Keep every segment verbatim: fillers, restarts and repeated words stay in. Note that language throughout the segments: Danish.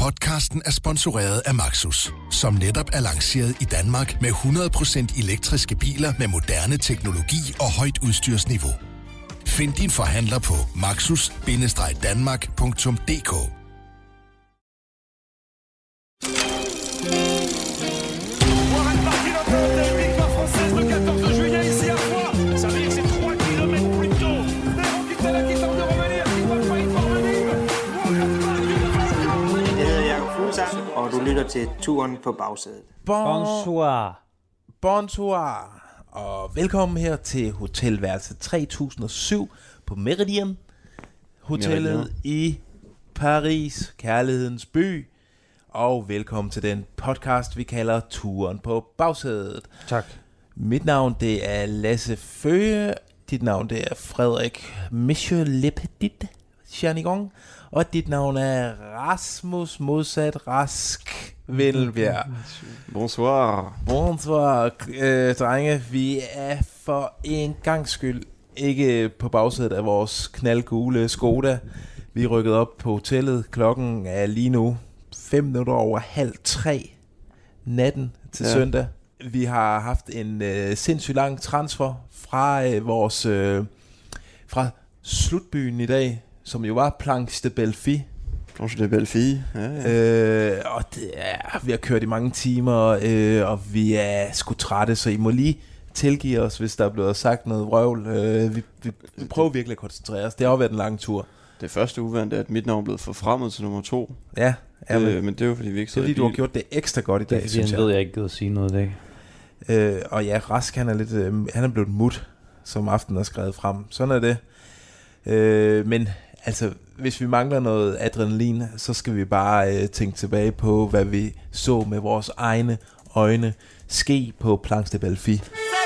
Podcasten er sponsoreret af Maxus, som netop er lanceret i Danmark med hundrede procent elektriske biler med moderne teknologi og højt udstyrsniveau. Find din forhandler på maxus bindestreg danmark punktum d k. Og du lytter til Turen på bagsædet. Bonsoir. Bonsoir. Og velkommen her til hotelværelse tre tusind og syv på Meridian. Hotellet Meridian. I Paris, kærlighedens by. Og velkommen til den podcast, vi kalder Turen på bagsædet. Tak. Mit navn, det er Lasse Føge. Dit navn, det er Frederik Monsieur Le Petit Chanigon. Og dit navn er Rasmus modsat Rask Vindelbjerg. Bonsoir. Bonsoir, øh, drenge. Vi er for en gang skyld ikke på bagsædet af vores knaldgule Skoda. Vi er rykket op på hotellet. Klokken er lige nu fem minutter over halv tre natten til ja. søndag. Vi har haft en øh, sindssygt lang transfer fra øh, vores øh, fra slutbyen i dag, som jo var Planche de Belfi. Planche de Belfi, ja, ja. Øh, og det er, vi har kørt i mange timer, øh, og vi er sgu trætte, så I må lige tilgive os, hvis der er blevet sagt noget vrøvl. Øh, vi, vi, vi prøver virkelig at koncentrere os. Det har jo været en lang tur. Det første uvant er, at mit navn er blevet forfremmet til nummer to. Ja, ja men, øh, men det er jo fordi, vi ikke det er fordi, du har gjort det ekstra godt i dag, det, synes jeg. jeg. ved, jeg ikke gider at sige noget i dag. Øh, og ja, Rask, han er, lidt, øh, han er blevet mut, som aftenen er skrevet frem. Sådan er det. Øh, men altså, hvis vi mangler noget adrenalin, så skal vi bare øh, tænke tilbage på, hvad vi så med vores egne øjne ske på Planche de Belfi.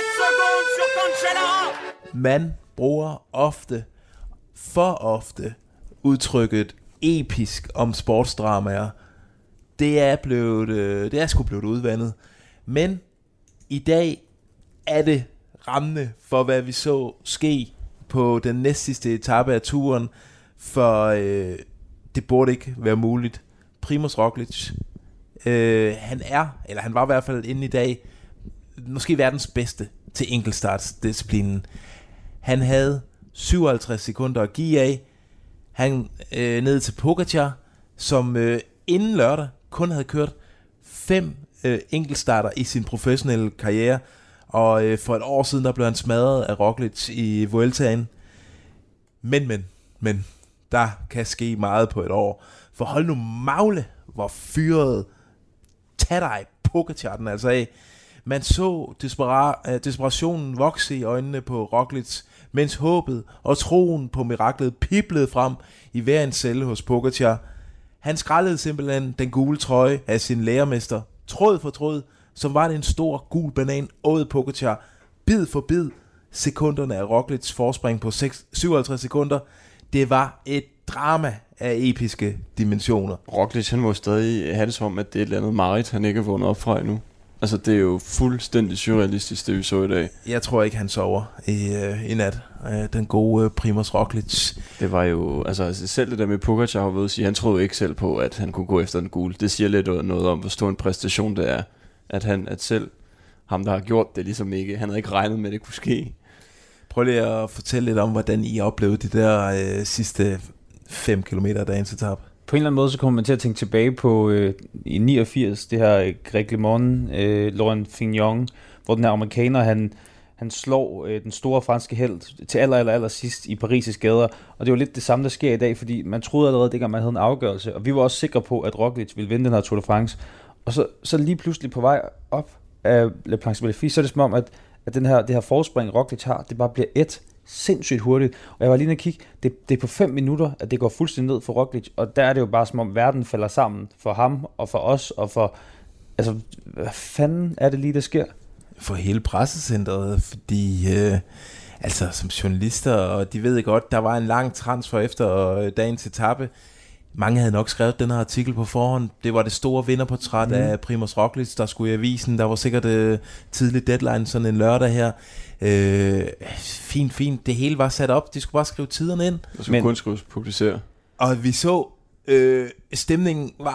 Man bruger ofte, for ofte, udtrykket episk om sportsdramaer. Det er blevet, øh, det er sgu blevet udvandet. Men i dag er det rammende for, hvad vi så ske på den næstsidste etape af turen. For øh, det burde ikke være muligt. Primož Roglič, øh, han er, eller han var i hvert fald inde i dag, måske verdens bedste til enkeltstartsdisciplinen. Han havde syvoghalvtreds sekunder at give af. Han øh, ned til Pogačar, som øh, inden lørdag kun havde kørt fem øh, enkeltstarter i sin professionelle karriere. Og øh, for et år siden, der blev han smadret af Roglič i Vueltaen. Men, men, men... Der kan ske meget på et år. For hold nu magle, hvor fyret Tadej Pogačar den altså af. Man så despera- uh, desperationen vokse i øjnene på Roglič, mens håbet og troen på miraklet piblede frem i hver en celle hos Pogačar. Han skrællede simpelthen den gule trøje af sin lærermester, tråd for tråd, som var det en stor gul banan åd Pogačar, bid for bid. Sekunderne af Roglič forspring på syvoghalvtreds sekunder. Det var et drama af episke dimensioner. Roglič, han må stadig have det som om, at det er et eller andet mareridt, han ikke er vågnet op fra endnu. Altså, det er jo fuldstændig surrealistisk, det vi så i dag. Jeg tror ikke, han sover i, øh, i nat. Øh, den gode øh, Primož Roglič. Det var jo, altså selv det der med Pogačar har været at sige, han troede ikke selv på, at han kunne gå efter den gule. Det siger lidt noget om, hvor stor en præstation det er. At han, at selv ham, der har gjort det, ligesom ikke, han havde ikke regnet med, at det kunne ske. Prøv lige at fortælle lidt om, hvordan I oplevede de der øh, sidste fem kilometer af dagens etape. På en eller anden måde, så kommer man til at tænke tilbage på øh, i niogfirs, det her Greg LeMond, øh, Laurent Fignon, hvor den her amerikaner, han, han slår øh, den store franske helt til aller, aller, aller sidst i Paris' gader. Og det var lidt det samme, der sker i dag, fordi man troede allerede, dengang man havde en afgørelse, og vi var også sikre på, at Roglič ville vinde den her Tour de France. Og så, så lige pludselig på vej op af Le Planche de Belfi, så er det som om, at at den her, det her forspring, Roglič har, det bare bliver et sindssygt hurtigt. Og jeg var lige nede og kigge, det, det er på fem minutter, at det går fuldstændig ned for Roglič, og der er det jo bare som om verden falder sammen for ham, og for os, og for, altså, hvad fanden er det lige, der sker? For hele pressecentret, fordi, øh, altså som journalister, og de ved godt, der var en lang transfer efter øh, dagens etape. Mange havde nok skrevet den her artikel på forhånd. Det var det store vinderportræt mm. af Primož Roglič, der skulle i avisen. Der var sikkert øh, tidlig deadline, sådan en lørdag her. Øh, fint, fint. Det hele var sat op. De skulle bare skrive tiderne ind. Og så kun skrive publicere. Og vi så, øh, stemningen var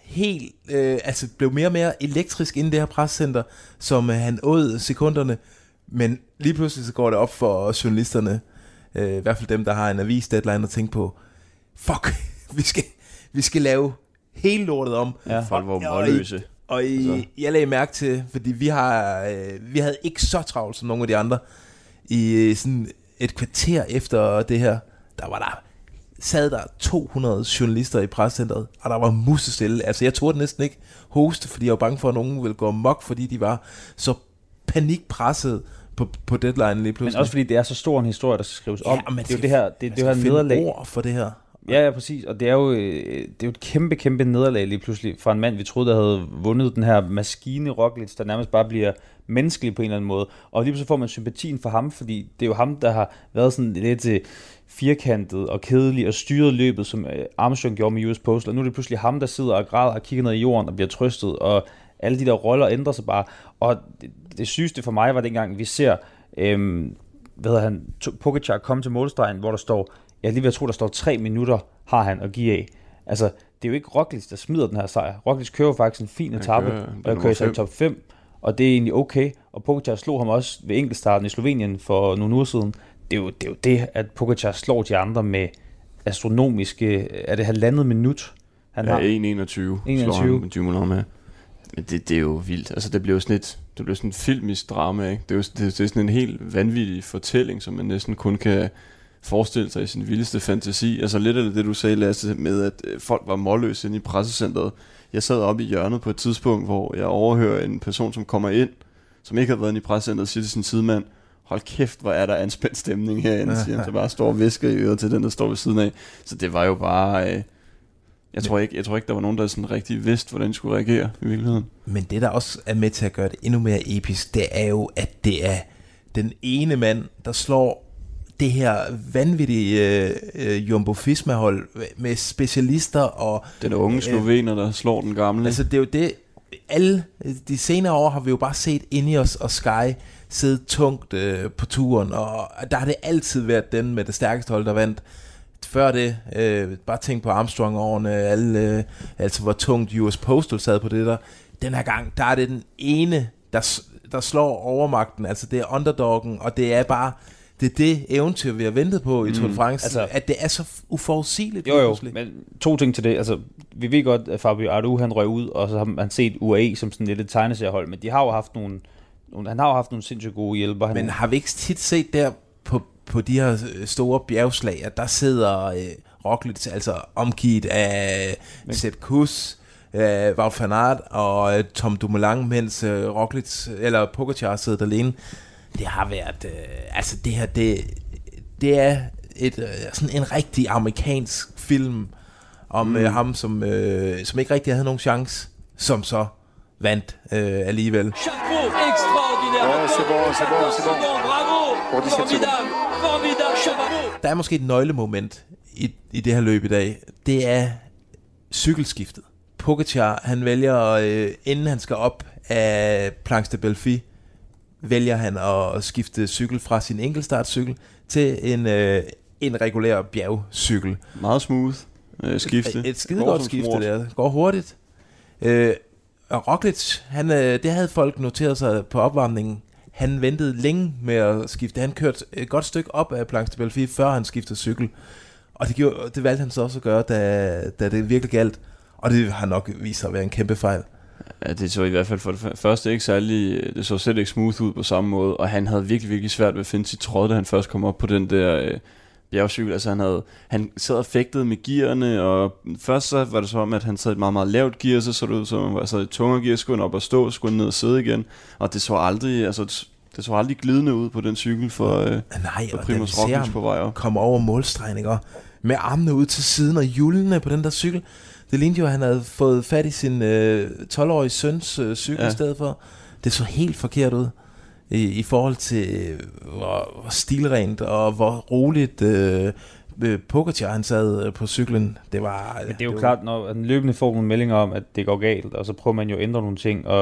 helt, øh, altså blev mere og mere elektrisk inde i det her pressecenter, som øh, han åd sekunderne, men lige pludselig så går det op for journalisterne, øh, i hvert fald dem, der har en avis deadline at tænke på, fuck, vi skal, vi skal lave hele lortet om. Ja, folk var målløse. Og I, jeg lagde mærke til, fordi vi har, øh, vi havde ikke så travlt som nogle af de andre, i sådan et kvarter efter det her, der var der, sad der to hundrede journalister i pressecenteret, og der var musestille. Altså jeg turde næsten ikke hoste, fordi jeg var bange for, at nogen ville gå amok, fordi de var så panikpresset på, på deadline lige pludselig. Men også fordi det er så stor en historie, der skal skrives om. Ja, det er jo det her, det, det her nederlag. Ord for det her. Ja, ja, præcis. Og det er jo, det er jo et kæmpe, kæmpe nederlag lige pludselig for en mand, vi troede, der havde vundet den her maskine Roglic, der nærmest bare bliver menneskelig på en eller anden måde. Og lige pludselig får man sympatien for ham, fordi det er jo ham, der har været sådan lidt firkantet og kedelig og styret løbet, som Armstrong gjorde med U S Postal. Og nu er det pludselig ham, der sidder og græder og kigger ned i jorden og bliver trøstet, og alle de der roller ændrer sig bare. Og det, det sygeste for mig var dengang, vi ser, øhm, hvad hedder han, Pogačar komme til målstregen, hvor der står, jeg lige ved at tro, der står tre minutter, har han at give af. Altså, det er jo ikke Roglic, der smider den her sejr. Roglic kører faktisk en fin etape, og kører sig i top fem, og det er egentlig okay. Og Pogačar slog ham også ved enkeltstarten i Slovenien for nogle uger siden. Det er jo det, er jo det at Pogačar slår de andre med astronomiske, er det halvandet minut? Han ja, har en enogtyve slår han med Dumoulin med. Men det, det er jo vildt. Altså, det bliver jo sådan et, det bliver sådan et filmisk drama, ikke? Det er jo det, det er sådan en helt vanvittig fortælling, som man næsten kun kan forestille sig i sin vildeste fantasi. Altså lidt af det, du sagde, Lasse, med at folk var målløse inde i pressecenteret. Jeg sad oppe i hjørnet på et tidspunkt, hvor jeg overhører en person, som kommer ind, som ikke havde været inde i pressecenteret, siger til sin sidemand, hold kæft, hvor er der anspændt stemning herinde, siger han, så bare står og visker i øret til den, der står ved siden af. Så det var jo bare... Øh, jeg, tror ikke, jeg tror ikke, der var nogen, der sådan rigtig vidste, hvordan de skulle reagere i virkeligheden. Men det, der også er med til at gøre det endnu mere episk, det er jo, at det er den ene mand, der slår det her vanvittige øh, øh, Jumbo-Fisma-hold med specialister og... Den unge slovener, der slår den gamle. Altså det er jo det... Alle de senere år har vi jo bare set Ineos og Sky sidde tungt øh, på turen, og der har det altid været den med det stærkeste hold, der vandt. Før det, øh, bare tænk på Armstrong-årene, alle, øh, altså hvor tungt U S Postal sad på det der. Den her gang, der er det den ene, der, der slår overmagten, altså det er underdoggen, og det er bare... Det er det eventyr, vi har ventet på i Tour de France, altså, at det er så uforudsigeligt. Jo jo, men to ting til det. Altså, vi ved godt, at Fabio Aru, han røg ud, og så har man set U A E som sådan lidt et tegneseriehold, men de har jo haft nogle, nogle, han har jo haft nogle sindssygt gode hjælper. Men han, har vi ikke tit set der på, på de her store bjergslag, at der sidder øh, Roglic, altså omgivet af Sepp Kuss, øh, Wout van Aert og øh, Tom Dumoulin, mens øh, Roglic, eller Pogačar sidder alene. Det har været, øh, altså det her, det, det er et, øh, sådan en rigtig amerikansk film om mm. øh, ham, som, øh, som ikke rigtig havde nogen chance, som så vandt øh, alligevel. Chapeau, extraordinaire. Ouais, c'est bon, c'est bon, c'est bon. Bravo, formidable, formidable, chapeau. Der er måske et nøglemoment i, i det her løb i dag. Det er cykelskiftet. Pogačar, han vælger, øh, inden han skal op af Planche de Belfi, vælger han at skifte cykel fra sin enkeltstartcykel til en, øh, en regulær bjergcykel. Meget smooth øh, skifte. Et, et skide godt skifte der. Går hurtigt. Øh, og Roglic, han, øh, det havde folk noteret sig på opvarmningen. Han ventede længe med at skifte. Han kørte et godt stykke op af Planche de Belfi, før han skiftede cykel. Og det, gjorde, det valgte han så også at gøre, da, da det virkelig galt. Og det har nok vist sig at være en kæmpe fejl. Ja, det så i hvert fald for det første ikke særlig, det så slet ikke smooth ud på samme måde, og han havde virkelig, virkelig svært ved at finde sit tråd, da han først kom op på den der øh, bjergcykel. Altså han havde, han sad og fægtede med gearne, og først så var det så om, at han sad et meget, meget lavt gear, så så det ud som, at han sad i tungere gear, skulle han op og stå, skulle ned og sidde igen, og det så aldrig, altså det så aldrig glidende ud på den cykel for, øh, Nej, for Primož Roglic på vej op. Kom over målstregen, ikke? Og med armene ud til siden og hjulene på den der cykel. Det lignede jo, at han havde fået fat i sin øh, tolv-årige søns øh, cykel ja. i stedet for. Det så helt forkert ud i, i forhold til, øh, hvor, hvor stilrent og hvor roligt øh, Pogačar han sad øh, på cyklen. Det var... Men det er jo det klart, var... når den løbende får nogle meldinger om, at det går galt, og så prøver man jo at ændre nogle ting, og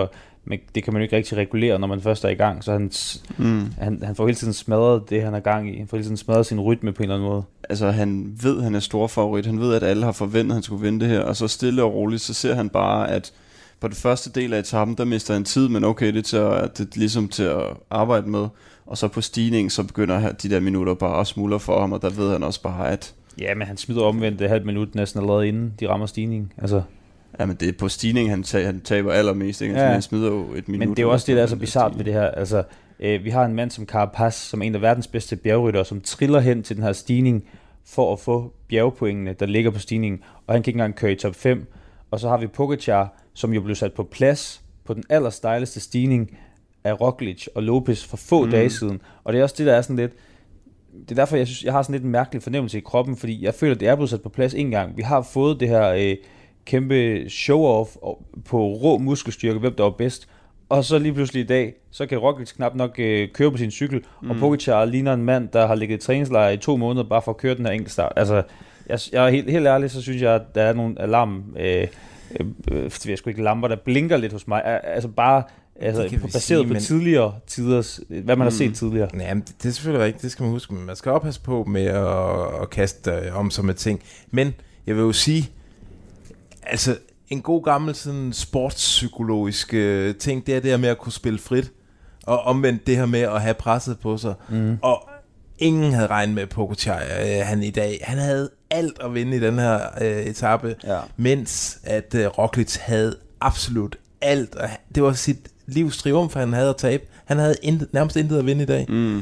men det kan man jo ikke rigtig regulere, når man først er i gang, så han, mm. han, han får hele tiden smadret det, han er gang i. Han får hele tiden smadret sin rytme på en eller anden måde. Altså, han ved, han er stor favorit. Han ved, at alle har forventet, at han skulle vinde det her, og så stille og roligt, så ser han bare, at på det første del af etappen, der mister han tid, men okay, det er, til at, det er ligesom til at arbejde med. Og så på stigningen, så begynder de der minutter bare at smuldre for ham, og der ved han også bare, at... Ja, men han smider omvendt et halvt minut næsten allerede inden de rammer stigningen. Altså... Ja, men det er på stigningen, han, tager, han taber allermest, ikke? Ja. Han smider jo et minut. Men det er jo også det, der er så bizarrt ved det her. Altså, øh, vi har en mand som Carapaz, som er en af verdens bedste bjergryttere, som triller hen til den her stigning for at få bjergpoengene, der ligger på stigningen, og han kan ikke engang køre i top fem. Og så har vi Pogačar, som jo blev sat på plads på den allerstejleste stigning af Roglic og Lopez for få mm. dage siden. Og det er også det, der er sådan lidt... Det er derfor, jeg synes, jeg har sådan lidt en mærkelig fornemmelse i kroppen, fordi jeg føler, at det er blevet sat på plads en gang. Vi har fået det her øh, kæmpe show-off på rå muskelstyrke, hvem der var bedst. Og så lige pludselig i dag, så kan Roglic knap nok øh, køre på sin cykel, mm. og Pogačar ligner en mand, der har ligget i træningslejr i to måneder, bare for at køre den her enkeltstart. Altså, jeg, jeg er helt, helt ærlig, så synes jeg, at der er nogle alarm... Øh, øh, jeg sgu ikke lamper, der blinker lidt hos mig. Altså bare... Altså, baseret sige, på men... tidligere tiders, hvad man mm. har set tidligere. Ja, det er selvfølgelig rigtigt, det skal man huske. Man skal oppasse på med at, at kaste øh, om som et ting. Men jeg vil jo sige, altså en god gammel sådan sportspsykologisk øh, ting, det er det her med at kunne spille frit. Og omvendt det her med at have presset på sig. Mm. Og ingen havde regnet med Pogačar, øh, han i dag. Han havde alt at vinde i den her øh, etape, ja. Mens at øh, Roglic havde absolut alt. Og det var sit livs triumf, han havde at tabe. Han havde intet, nærmest intet at vinde i dag. Mm.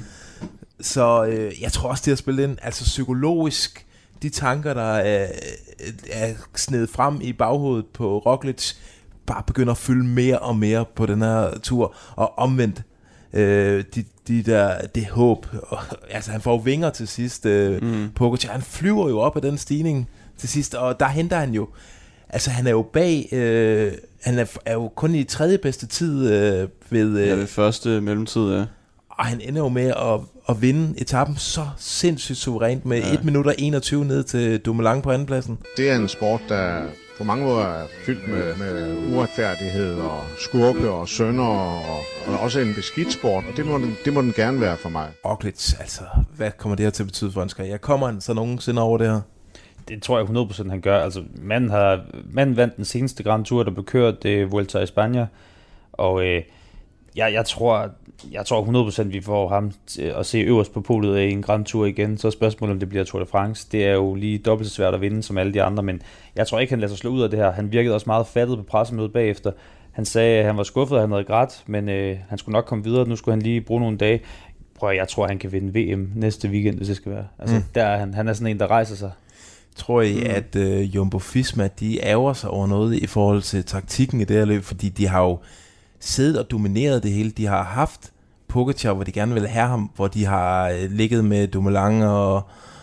Så øh, jeg tror også, det har spillet ind. Altså psykologisk, de tanker, der er, er snedet frem i baghovedet på Roglic, bare begynder at fylde mere og mere på den her tur. Og omvendt, øh, de, de der, det håb. Og, altså han får vinger til sidst. Øh, mm. Pogačar, han flyver jo op af den stigning til sidst, og der henter han jo. Altså han er jo bag, øh, han er, er jo kun i tredje bedste tid øh, ved... Øh, ja, ved første mellemtid, ja. Og han ender jo med at, at vinde etappen så sindssygt suverænt med ja. et minut og enogtyve ned til Dumoulin på andenpladsen. Det er en sport, der på mange måder er fyldt med, med uretfærdighed og skurke og synder, og, og også en beskidt sport, og det må, den, det må den gerne være for mig. Roglic, altså, hvad kommer det her til at betyde for hans karriere? Kommer han så nogensinde over det her? Det tror jeg hundrede procent han gør. Altså, manden, har, manden vandt den seneste Grand Tour, der blev kørt øh, Vuelta i Spanien, og øh, jeg, jeg tror, jeg tror hundrede procent vi får ham at se øverst på podiet i en Grand Tour igen. Så er spørgsmålet, om det bliver Tour de France. Det er jo lige dobbelt så svært at vinde som alle de andre, men jeg tror ikke, han lader sig slå ud af det her. Han virkede også meget fattet på pressemødet bagefter. Han sagde, at han var skuffet, at han havde grædt, men øh, han skulle nok komme videre. Nu skulle han lige bruge nogle dage. Prøv, jeg tror, han kan vinde V M næste weekend, hvis det skal være. Altså, mm. der er han, han er sådan en, der rejser sig. Tror I, mm. at uh, Jumbo Visma, de ærger sig over noget i forhold til taktikken i det her løb, fordi de har jo siddet og domineret det hele. De har haft Pogačar, hvor de gerne vil have ham, hvor de har uh, ligget med Dumoulin og,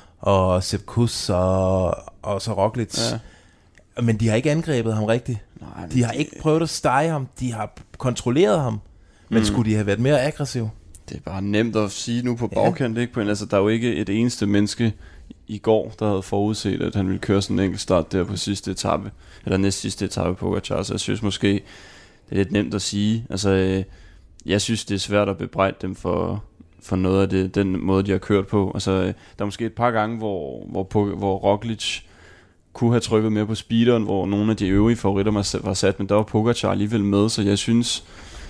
og Sepp Kuss og, og så Roglic. Ja. Men de har ikke angrebet ham rigtigt. Nej, de har det... ikke prøvet at stege ham. De har kontrolleret ham. Men mm. skulle de have været mere aggressive? Det er bare nemt at sige nu på bagkant, ja. Ikke? Men altså, der er jo ikke et eneste menneske i går, der havde forudset, at han ville køre sådan en enkelt start der på sidste etape, eller næst sidste etape på Pogačar, så jeg synes måske, det er lidt nemt at sige. Altså, jeg synes, det er svært at bebrejde dem for, for noget af det, den måde, de har kørt på. Altså, der er måske et par gange, hvor, hvor, hvor Roglic kunne have trykket mere på speederen, hvor nogle af de øvrige favoritter var sat, men der var Pogačar alligevel med, så jeg synes...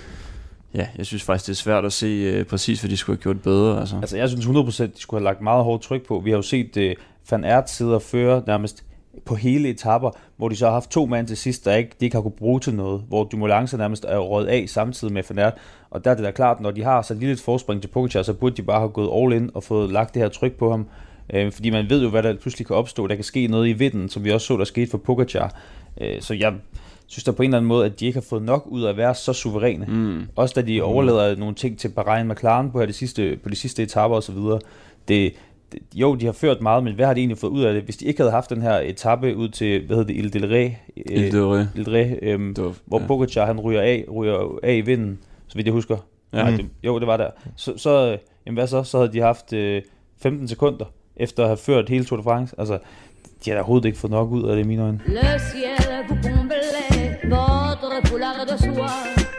Ja, jeg synes faktisk, det er svært at se uh, præcis, hvad de skulle have gjort bedre. Altså, altså jeg synes hundrede procent, de skulle have lagt meget hårdt tryk på. Vi har jo set uh, Van Aert sidde og føre nærmest på hele etapper, hvor de så har haft to mand til sidst, der ikke, de ikke har kunne bruge til noget, hvor Dumoulin så nærmest er røget af samtidig med Van Aert. Og der er det da klart, når de har så lille et forspring til Pogačar, så burde de bare have gået all in og fået lagt det her tryk på ham. Uh, fordi man ved jo, hvad der pludselig kan opstå. Der kan ske noget i vinden, som vi også så, der skete for Pogačar. Uh, så jeg... synes der på en eller anden måde, at de ikke har fået nok ud af at være så suveræne. Mm. Også da de mm. overlader nogle ting til Bahrain McLaren på, her de sidste, på de sidste etaper og så videre. Det, det, jo, de har ført meget, men hvad har de egentlig fået ud af det? Hvis de ikke havde haft den her etape ud til, hvad hedder det, Ile del Rey, Ile del Rey, Ile del Rey øhm, var, hvor ja. Pogačar han ryger af, ryger af i vinden, så vidt jeg husker. Ja. Nej, det, jo, det var der. Så, så jamen hvad så? Så havde de haft øh, femten sekunder efter at have ført hele Tour de France. Altså, de har da overhovedet ikke fået nok ud af det i mine øjne.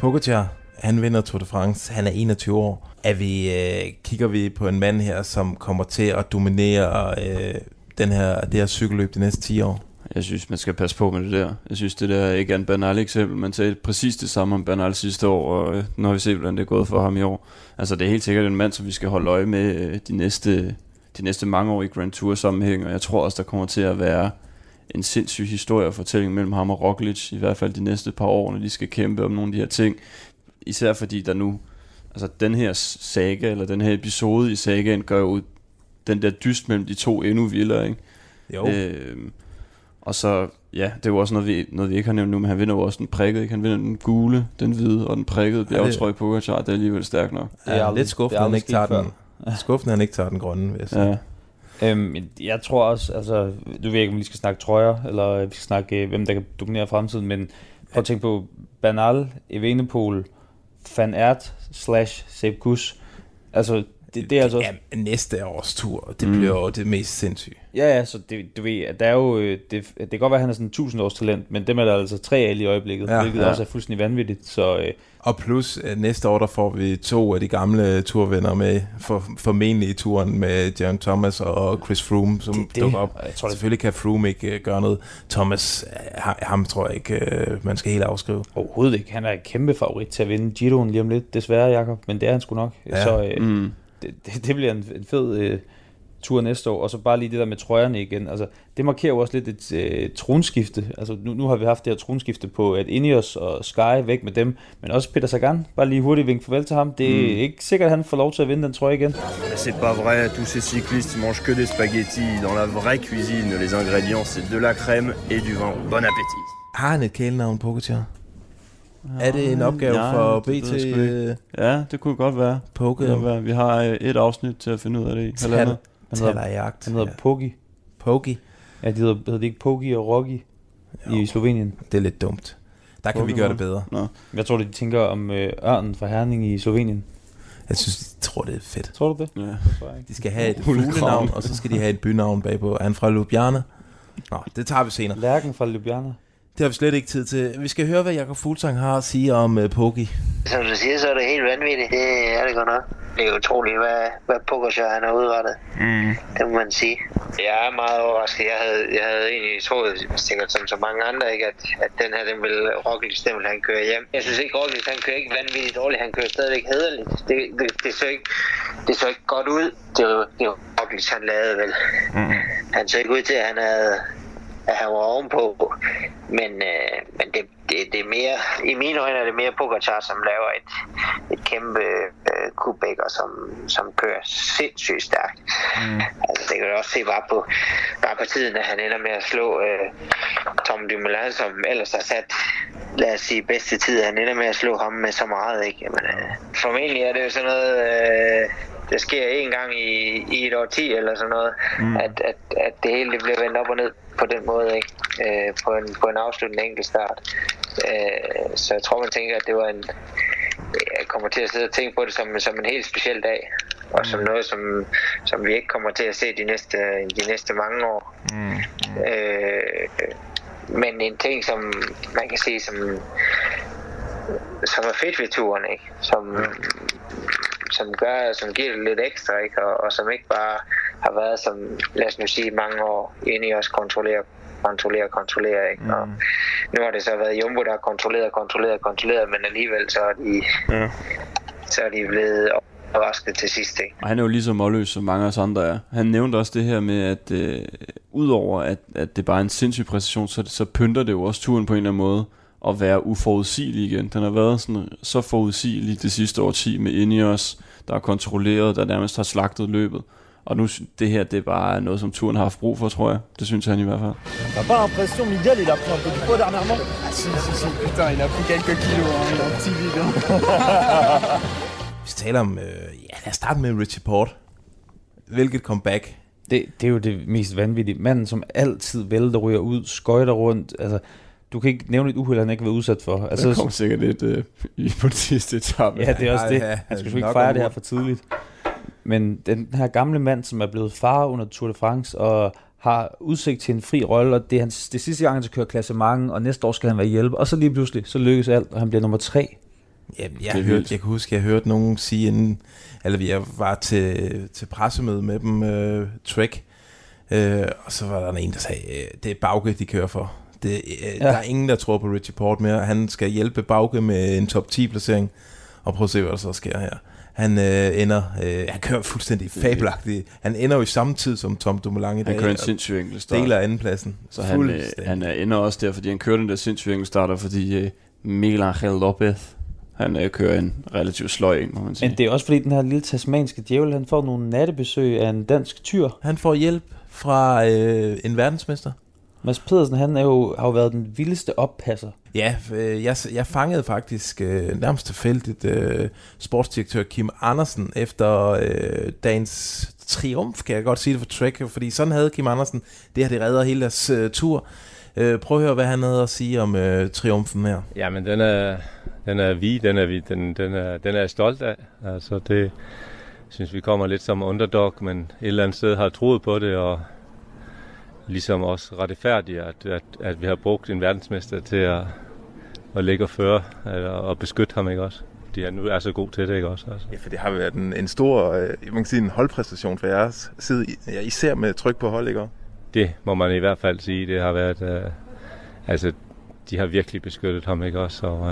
Pogačar, han vinder Tour de France, han er enogtyve år. Er vi, øh, kigger vi på en mand her, som kommer til at dominere øh, den her, det her cykelløb de næste ti år? Jeg synes, man skal passe på med det der. Jeg synes, det der ikke er en Bernal eksempel. Man sagde præcis det samme om Bernal sidste år, og nu har vi set, hvordan det er gået for ham i år. Altså, det er helt sikkert en mand, som vi skal holde øje med de næste, de næste mange år i Grand Tour sammenhæng, og jeg tror også, der kommer til at være en sindssyg historie og fortælling mellem ham og Roglic, i hvert fald de næste par år, når de skal kæmpe om nogle af de her ting. Især fordi der nu, altså den her saga, eller den her episode i sagaen, gør jo den der dyst mellem de to endnu vildere, ikke? Jo. Øh, Og så, ja, det er jo også noget vi, noget, vi ikke har nævnt nu, men han vinder jo også den prikkede, ikke? Han vinder den gule, den hvide og den prikkede bjergtrøje på Pogačar, det er alligevel stærkt nok. Ja, det er lidt skuffende, han ikke tager den. Skuffende, han ikke tager den grønne, vil jeg sige. Ja. Øhm, jeg tror også, altså, du ved ikke, om vi skal snakke trøjer, eller vi skal snakke, hvem der kan dominere fremtiden, men prøv at tænke på Bernal, Evenepoel, Van Aert slash Sepp Kuss. Altså, det, det er altså også... Ja, næste års tur, det mm. bliver jo det mest sindssyge. Ja, ja, så det, du ved, at der er jo, det, det kan godt være, at han er sådan en tusind års talent, men dem er der altså tre af i øjeblikket, ja, hvilket ja. også er fuldstændig vanvittigt, så... Øh, og plus, næste år, der får vi to af de gamle turvenner med, for, formentlig i turen med John Thomas og Chris Froome, som det, det, dukker op. Jeg tror, selvfølgelig kan Froome ikke uh, gøre noget. Thomas, ham, ham tror jeg ikke, uh, man skal helt afskrive. Overhovedet ikke. Han er en kæmpe favorit til at vinde Giroen lige om lidt, desværre, Jakob, men det er han sgu nok. Ja. Så øh, mm. det, det, det bliver en, en fed... Øh, tur næste år, og så bare lige det der med trøjerne igen. Altså, det markerer jo også lidt et øh, tronskifte. Altså, nu, nu har vi haft det her tronskifte på, at Ineos og Sky væk med dem, men også Peter Sagan, bare lige hurtigt vink farvel til ham. Det er mm. ikke sikkert, at han får lov til at vinde den trøje igen. C'est pas vrai, tous ces cyclistes mangent que des spaghettis. Dans la vraie cuisine, les ingrédients, c'est de la crème et du vin. Bon appétit. Har han et kælenavn, Pogačar? Ja, er det en opgave ja, for B T? Ja, det kunne godt være. Pogačar. Vi har et afsnit til at finde ud af det i. Han hedder, han hedder ja. Poggi. Poggi? Ja, de hedder, hedder de ikke Poggi og Roggi i Slovenien. Det er lidt dumt. Der kan Poggi vi gøre det bedre. Nå. Jeg tror, de tænker om øh, ørnen fra Herning i Slovenien. Jeg synes, de tror, det er fedt. Tror du det? Ja. De skal have et fuglenavn, og så skal de have et bynavn bagpå. Er han fra Ljubljana? Nå, det tager vi senere. Lærken fra Ljubljana. Det har vi slet ikke tid til. Vi skal høre, hvad Jakob Fuglsang har at sige om uh, Poggi. Som du siger, så er det helt vanvittigt. Det er det godt nok. Det er utroligt, hvad, hvad Pogačar han har udrettet. Mm. Det må man sige. Jeg er meget overrasket. Jeg havde, jeg havde egentlig troet, sikkert som så mange andre, ikke, at, at den her, den ville Roglic, den ville han køre hjem. Jeg synes ikke, Roglic, han kører ikke vanvittigt dårligt. Han kører stadigvæk hæderligt. Det, det, det, så ikke, det så ikke godt ud. Det var, det var Roglic, han lavede vel. Mm. Han så ikke ud til, at han havde... at han var ovenpå, men, øh, men det, det, det er mere, i mine øjne er det mere Pogačar, som laver et, et kæmpe øh, kubæk, og som, som kører sindssygt stærkt. Mm. Altså det kan du også se bare på, bare på tiden, at han ender med at slå øh, Tom Dumoulin, som ellers har sat, lad os sige, bedste tid, han ender med at slå ham med så meget, ikke? Jamen, øh, formentlig er det jo sådan noget... Øh, det sker en gang i, i et årti eller sådan noget, mm. at, at, at det hele det bliver vendt op og ned på den måde, ikke? Øh, på, en, på en afsluttende enkelt start. Øh, så jeg tror, man tænker, at det var en... Jeg kommer til at sidde og tænke på det som, som en helt speciel dag, og mm. som noget, som, som vi ikke kommer til at se de næste, de næste mange år. Mm. Mm. Øh, men en ting, som man kan sige, som, som er fedt ved turen, ikke? Som... Mm. som gør, som giver det lidt ekstra, ikke? Og, og som ikke bare har været, som lad os nu sige, mange år inde i os kontrollere, kontrollere, kontrollere, ikke? Mm. Og nu har det så været Jumbo, der har kontrolleret, kontrolleret, kontrolleret, men alligevel så er de, mm. så er de blevet overrasket til sidst, ikke? Og han er jo lige så målløs, som mange af os andre er. Han nævnte også det her med, at øh, udover at, at det bare er en sindssyg præcision, så, så pynter det jo også turen på en eller anden måde at være uforudsigelig igen. Den har været sådan, så forudsigelig det sidste årti med Ineos, der er kontrolleret, der nærmest har slagtet løbet. Og nu, det her, det er bare noget, som turen har haft brug for, tror jeg. Det synes han i hvert fald. T'as pas l'impression, Miguel, il a pris un peu du poids dernièrement? Ah si, si, si, putain, il a pris quelques kilos, hein, il a un petit vide. Vi taler om, øh, ja, lad os starte med Richie Porte. Hvilket comeback. Det, det er jo det mest vanvittige. Manden, som altid vælter, ryger ud, skøjter rundt, altså... Du kan ikke nævne et uheld, han ikke har været udsat for. Altså, der kommer sikkert lidt øh, i på det sidste etape. Ja, det er også det. Han skal jo ikke fejre det her for tidligt. Men den her gamle mand, som er blevet far under Tour de France, og har udsigt til en fri rolle, og det er hans, det sidste gang, han skal køre klassement, og næste år skal han være hjælp, og så lige pludselig, så lykkes alt, og han bliver nummer tre. Ja, jeg, jeg, hørte, jeg kan huske, jeg hørte nogen sige inden, eller jeg var til, til pressemøde med dem, uh, Trek, uh, og så var der en, der sagde, uh, det er Bauke, de kører for. Det, uh, ja. Der er ingen, der tror på Richie Porte mere. Han skal hjælpe Bauke med en top ti placering, og prøv at se, hvad der så sker her. Han øh, ender, øh, han kører fuldstændig fabelagtigt. Han ender jo i samme tid som Tom Dumoulin i dag. Han kører en sindssyg enkeltstart. Deler andenpladsen. Så han, øh, han ender også der, fordi han kører den der sindssyg enkeltstarter, fordi øh, Miguel Angel Lopez, han øh, kører en relativt sløj en, må man sige. Men det er også fordi den her lille tasmanske djævel, han får nogle nattebesøg af en dansk tyr. Han får hjælp fra øh, en verdensmester. Mads Pedersen, han er jo, har jo været den vildeste oppasser. Ja, øh, jeg, jeg fangede faktisk øh, nærmest tilfældigt øh, sportsdirektør Kim Andersen efter øh, dagens triumf, kan jeg godt sige det for Trek, fordi sådan havde Kim Andersen, det her det redder hele deres øh, tur. Øh, prøv at høre, hvad han havde at sige om øh, triumfen her. Jamen, den er, den er vi, den er vi, den, den, er, den er jeg stolt af. Altså, det synes vi kommer lidt som underdog, men et eller andet sted har troet på det, og ligesom også retfærdigt, at, at, at vi har brugt en verdensmester til at, at ligge og føre og beskytte ham, ikke også? Fordi han nu er så god til det, ikke også? Altså. Ja, for det har været en, en stor, man kan sige, en holdpræstation for jeres side, ja, især med tryk på hold, ikke? Det må man i hvert fald sige. Det har været, uh, altså, de har virkelig beskyttet ham, ikke også? Og, uh,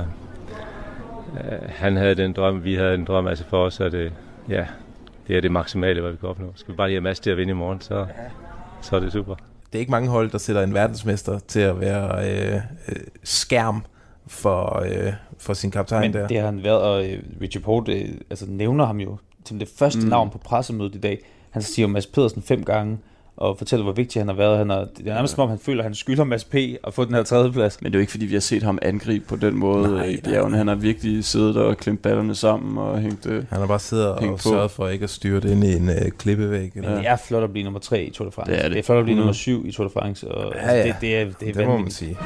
uh, han havde den drøm, vi havde en drøm, altså for os er det, ja, det er det maksimale, hvad vi kan opnå. Skal vi bare lige have Mads til at vinde i morgen, så, så er det super. Det er ikke mange hold, der sætter en verdensmester til at være øh, øh, skærm for, øh, for sin kaptajn. Men der. det har han været, og øh, Richie Porte øh, altså, nævner ham jo som det første mm. navn på pressemødet i dag. Han siger Mads Pedersen fem gange, og fortæller, hvor vigtig han har været. Han har, det er nærmest som om, han føler, at han skylder Mads P. at få den her tredjeplads. Men det er jo ikke, fordi vi har set ham angribe på den måde nej, i bjergene. Han har virkelig siddet og klemt ballerne sammen og hængt Han har bare siddet og sørget for ikke at styre det ind i en uh, klippevæg. Men det er flot at blive nummer tre i Tour de France. Det er, det. Det er flot at blive mm. nummer syv i Tour de France. Og, ja, altså, ja. det, det er, det er det må man sige.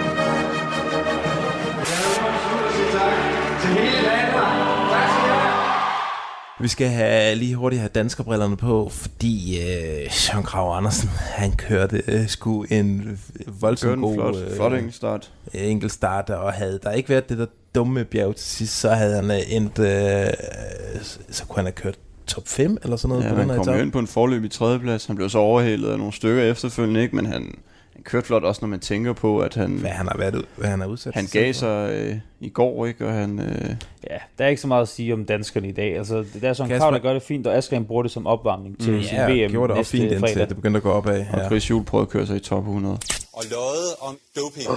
Vi skal have lige hurtigt have danskerbrillerne på, fordi øh, Søren Kragh Andersen, han kørte øh, sgu en voldsom god flot, øh, flot enkeltstart. enkeltstart, og havde der ikke været det der dumme bjerg til sidst, så havde han endt, øh, så kunne han have kørt top fem eller sådan noget. Ja, på han den kom jo ind på en forløb i tredjeplads. Han blev så overhældet af nogle stykker efterfølgende, ikke? Men han, han kørte flot også, når man tænker på, at han... Hvad han har været, hvad han har udsat. Han gav sig øh, i går, ikke? Og han... Øh... Ja, der er ikke så meget at sige om danskerne i dag. Altså, det der er sådan en krav, der gør det fint, og Asger bruger det som opvarmning til mm, sin ja, V M gjorde det næste fint, fredag. indtil det begyndte at gå opad. Og ja. Chris Juhl prøvede at køre sig i top hundrede. Og løjet om doping.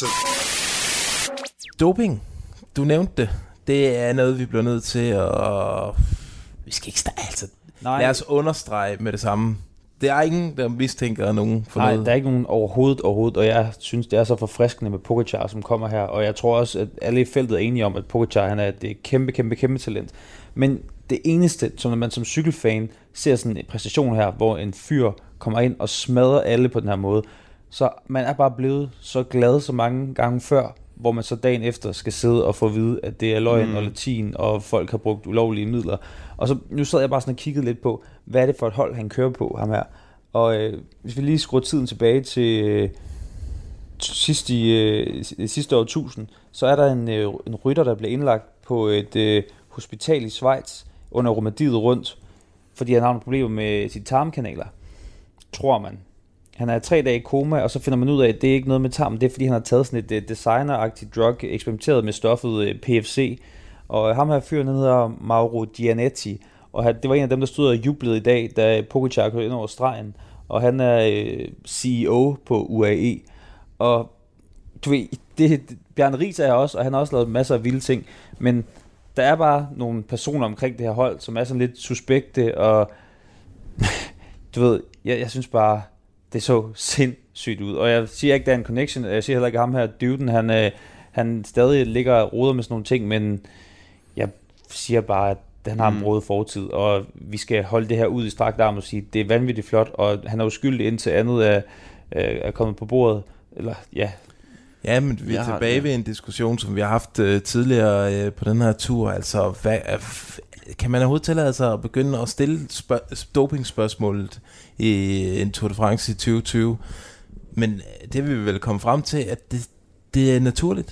Oh. Doping. Du nævnte det. Det er noget, vi bliver nødt til at... Vi skal ikke starte, altså... Nej. Lad os understrege med det samme. Der er ingen, der mistænker nogen for Nej, noget. der er ikke nogen overhovedet, overhovedet, og jeg synes, det er så forfriskende med Pogačar, som kommer her, og jeg tror også, at alle i feltet er enige om, at Pogačar, han er et kæmpe, kæmpe, kæmpe talent. Men det eneste, som når man som cykelfan ser sådan en præstation her, hvor en fyr kommer ind og smadrer alle på den her måde, så man er bare blevet så glad så mange gange før, hvor man så dagen efter skal sidde og få at vide, at det er løgn mm. og latin, og folk har brugt ulovlige midler. Og så nu sad jeg bare sådan og kiggede lidt på, hvad er det for et hold, han kører på, ham her. Og øh, hvis vi lige skruer tiden tilbage til øh, sidst i, øh, sidste år tusind, så er der en, øh, en rytter, der blev indlagt på et øh, hospital i Schweiz under Romadiet rundt, fordi han har nogle problemer med sine tarmkanaler, tror man. Han er tre dage i koma, og så finder man ud af, at det er ikke noget med tarmen, det er fordi han har taget sådan et uh, designer-agtigt drug, eksperimenteret med stoffet uh, P F C, og ham her fyren, han hedder Mauro Gianetti, og han, det var en af dem, der stod og jublede i dag, da Pogačar kørte ind over stregen, og han er uh, C E O på U A E, og du ved, det, Bjarne Riis er også, og han har også lavet masser af vilde ting, men der er bare nogle personer omkring det her hold, som er sådan lidt suspekte, og du ved, jeg, jeg synes bare, det så sindssygt ud, og jeg siger ikke, der er en connection, jeg siger heller ikke, ham her dyden, han, øh, han stadig ligger og roder med sådan nogle ting, men jeg siger bare, at han har en mm. brødet fortid, og vi skal holde det her ud i strakt arm og sige, det er vanvittigt flot, og han er uskyldig indtil andet er, er kommet på bordet, eller ja. Ja, men vi er tilbage det. ved en diskussion, som vi har haft øh, tidligere øh, på den her tur, altså hvad, øh, kan man overhovedet tillade sig at begynde at stille spørg- dopingspørgsmålet i en Tour de France i tyve tyve, men det vil vi vel komme frem til, at det, det er naturligt.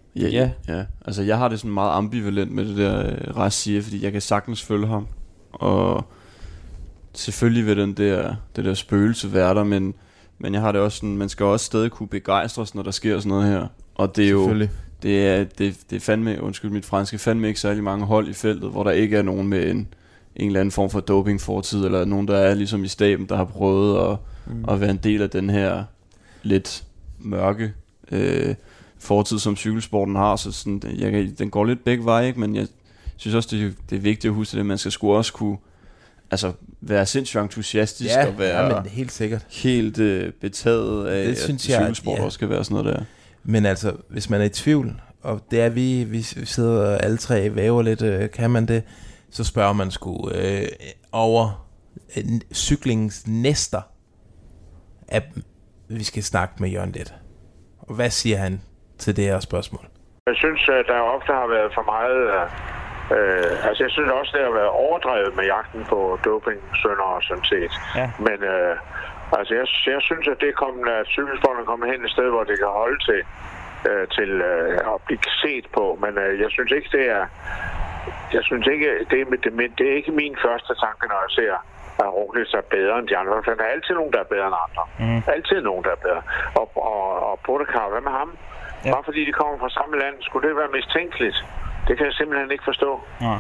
Ja, ja, ja. Altså jeg har det sådan meget ambivalent med det der øh, Rassie, fordi jeg kan sagtens følge ham. Og selvfølgelig vil den der, det der spøgelse være der, men, men jeg har det også sådan, man skal også stadig kunne begejstres, når der sker sådan noget her. Og det er jo, det er, det, det er fandme, undskyld mit franske, fandme ikke særlig mange hold i feltet, hvor der ikke er nogen med en, en eller anden form for dopingfortid, eller nogen, der er ligesom i staben, der har prøvet at, mm. at være en del af den her lidt mørke øh, fortid, som cykelsporten har. Så sådan, jeg, den går lidt begge veje, ikke? Men jeg synes også, det, det er vigtigt at huske det, man skal sgu også kunne altså være sindssygt entusiastisk, ja, og være ja, men helt sikkert helt øh, betaget af, det at cykelsport ja. også skal være sådan noget der. Men altså, hvis man er i tvivl, og det er vi, vi sidder alle tre væver lidt, øh, kan man det, så spørger man sgu øh, over øh, cyklingens næster, at vi skal snakke med Jørgen lidt. Og hvad siger han til det her spørgsmål? Jeg synes, at der ofte har været for meget... Øh, altså, jeg synes også, det har været overdrevet med jagten på doping-syndere, sådan set. Ja. Men øh, altså, jeg, jeg synes, at det kom, at cykelsporten kommer hen et sted, hvor det kan holde til, øh, til øh, at blive set på. Men øh, jeg synes ikke, det er... Jeg synes ikke, det er, det, det er ikke min første tanke, når jeg ser, at Roglic er bedre end de andre. For der er altid nogen, der er bedre end andre. Mm. Altid nogen, der er bedre. Og, og, og Pogačar, hvad med ham? Ja. Bare fordi de kommer fra samme land, skulle det være mistænkeligt? Det kan jeg simpelthen ikke forstå. Ja.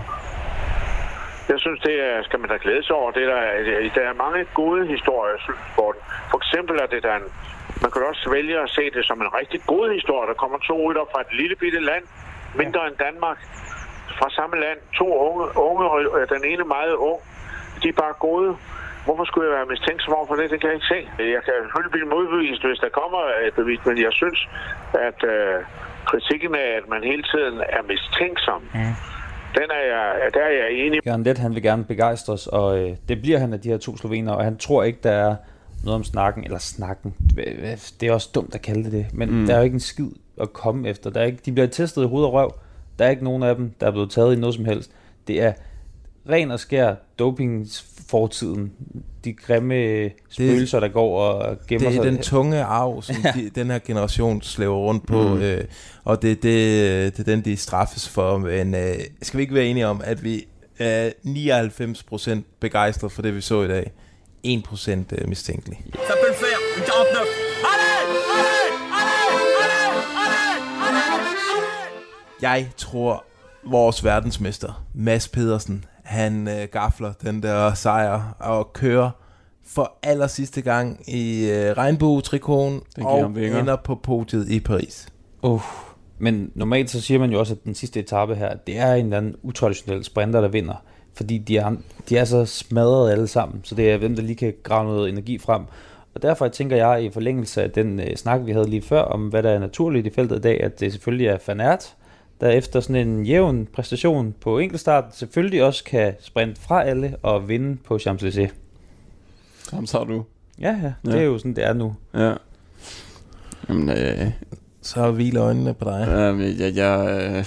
Jeg synes, det er, skal man da glæde sig over. Det der, der er mange gode historier i cykelsporten. For eksempel er det der en, man kan også vælge at se det som en rigtig god historie. Der kommer to rytter fra et lille bitte land, mindre end Danmark, fra samme land. To unge, unge, den ene meget ung. De er bare gode. Hvorfor skulle jeg være mistænksom over for det? Det kan jeg ikke se. Jeg kan selvfølgelig blive modbevist, hvis der kommer et bevis, men jeg synes, at øh, kritikken af, at man hele tiden er mistænksom, mm. den er jeg, der er jeg enig. Jørgen Leth, han vil gerne begejstres, og øh, det bliver han af de her to slovener, og han tror ikke, der er noget om snakken, eller snakken. Det er også dumt at kalde det det, men mm. der er jo ikke en skid at komme efter. Der er ikke, de bliver testet i hoved og røv. Der er ikke nogen af dem, der er blevet taget i noget som helst. Det er ren og skær dopingsfortiden. De grimme spøgelser, der går og gemmer sig. Det er sig. Den tunge arv, som de, den her generation slæver rundt på. Mm. Øh, og det, det, det er den, de straffes for. Men øh, skal vi ikke være enige om, at vi er nioghalvfems procent begejstret for det, vi så i dag. en procent øh, mistænkelig. Ça peut le faire. Une quarante-neuf. Allez! Allez! Allez! Allez! Allez! Jeg tror, vores verdensmester, Mads Pedersen, han øh, gafler den der sejr og kører for aller sidste gang i øh, regnbue-trikonen og ender på podiet i Paris. Uh, men normalt så siger man jo også, at den sidste etape her, det er en eller anden utraditionel sprinter, der vinder. Fordi de er, de er så smadret alle sammen, så det er hvem, der lige kan grave noget energi frem. Og derfor tænker jeg i forlængelse af den øh, snak, vi havde lige før, om hvad der er naturligt i feltet i dag, at det selvfølgelig er Van Aert, der efter sådan en jævn præstation på enkeltstart, selvfølgelig også kan sprinte fra alle og vinde på Champs-Élysées. Ham tager du. Ja, ja, det ja. er jo sådan, det er nu. Ja. Jamen, øh, så hviler øjnene på dig. Ja, men jeg, jeg, øh,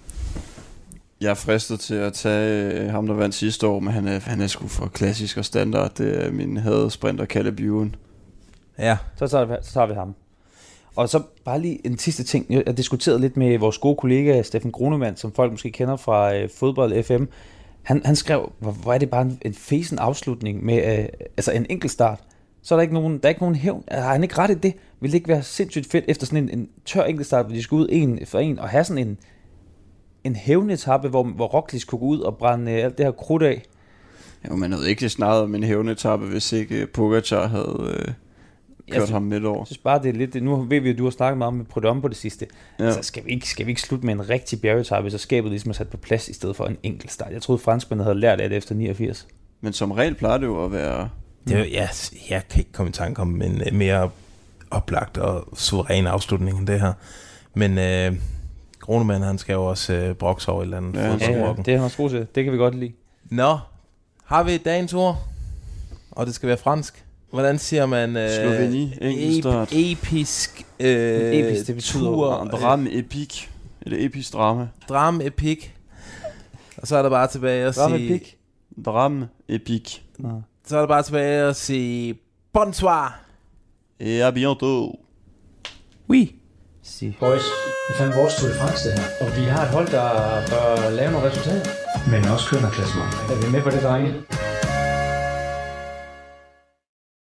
jeg er fristet til at tage øh, ham, der vandt sidste år, men han er, han er sgu for klassisk og standard. Det er min hadesprinter, Caleb Ewan. Ja. Så tager, vi, så tager vi ham. Og så bare lige en sidste ting. Jeg har diskuteret lidt med vores gode kollega Steffen Grunemann, som folk måske kender fra øh, Fodbold F M. Han, han skrev, hvor, hvor er det bare en, en fesen afslutning med øh, altså en enkelt start. Så er der ikke nogen, der er ikke nogen hævn. Har han ikke ret i det? Vil det ikke være sindssygt fedt efter sådan en, en tør enkeltstart, hvor de skal ud en for en og have sådan en, en hævnetappe, hvor, hvor Roglic kunne gå ud og brænde øh, alt det her krudt af? Jo, man havde ikke snakket om en hævnetappe, hvis ikke Pogačar havde... Øh kørt jeg ham midt over. Jeg synes bare, det er lidt... Nu ved vi, at du har snakket meget med Prudhomme på det sidste. Ja. Altså, skal vi, ikke, skal vi ikke slutte med en rigtig bjergetappe, så skabet ligesom er sat på plads i stedet for en enkelt start? Jeg troede, franskmændene havde lært af det efter niogfirs. Men som regel plejer det jo at være... Det er, ja, jeg kan ikke komme i tanke om en mere oplagt og suveræn afslutning end det her. Men øh, Grunemann, han skal jo også øh, brokse over et eller andet. Ja, ja, ja, det er han også god til. Det kan vi godt lide. Nå, har vi dagens ord? Og det skal være fransk. Hvordan siger man øh, Sloveni, enkeltstart. Ep- episk øh, episk, det betyder tur, drame epik. Eller episk drama. Drame epik. Og så er der bare tilbage at drame sige epik. Drame epik. Så er der bare tilbage at sige bonsoir. Et à bientôt. Oui. Si. Boys. Det er fandme vores Tour de France, det her. Og vi har et hold, der bør lave nogle resultater. Men også køre noget klassement. Er vi med på det, drenge?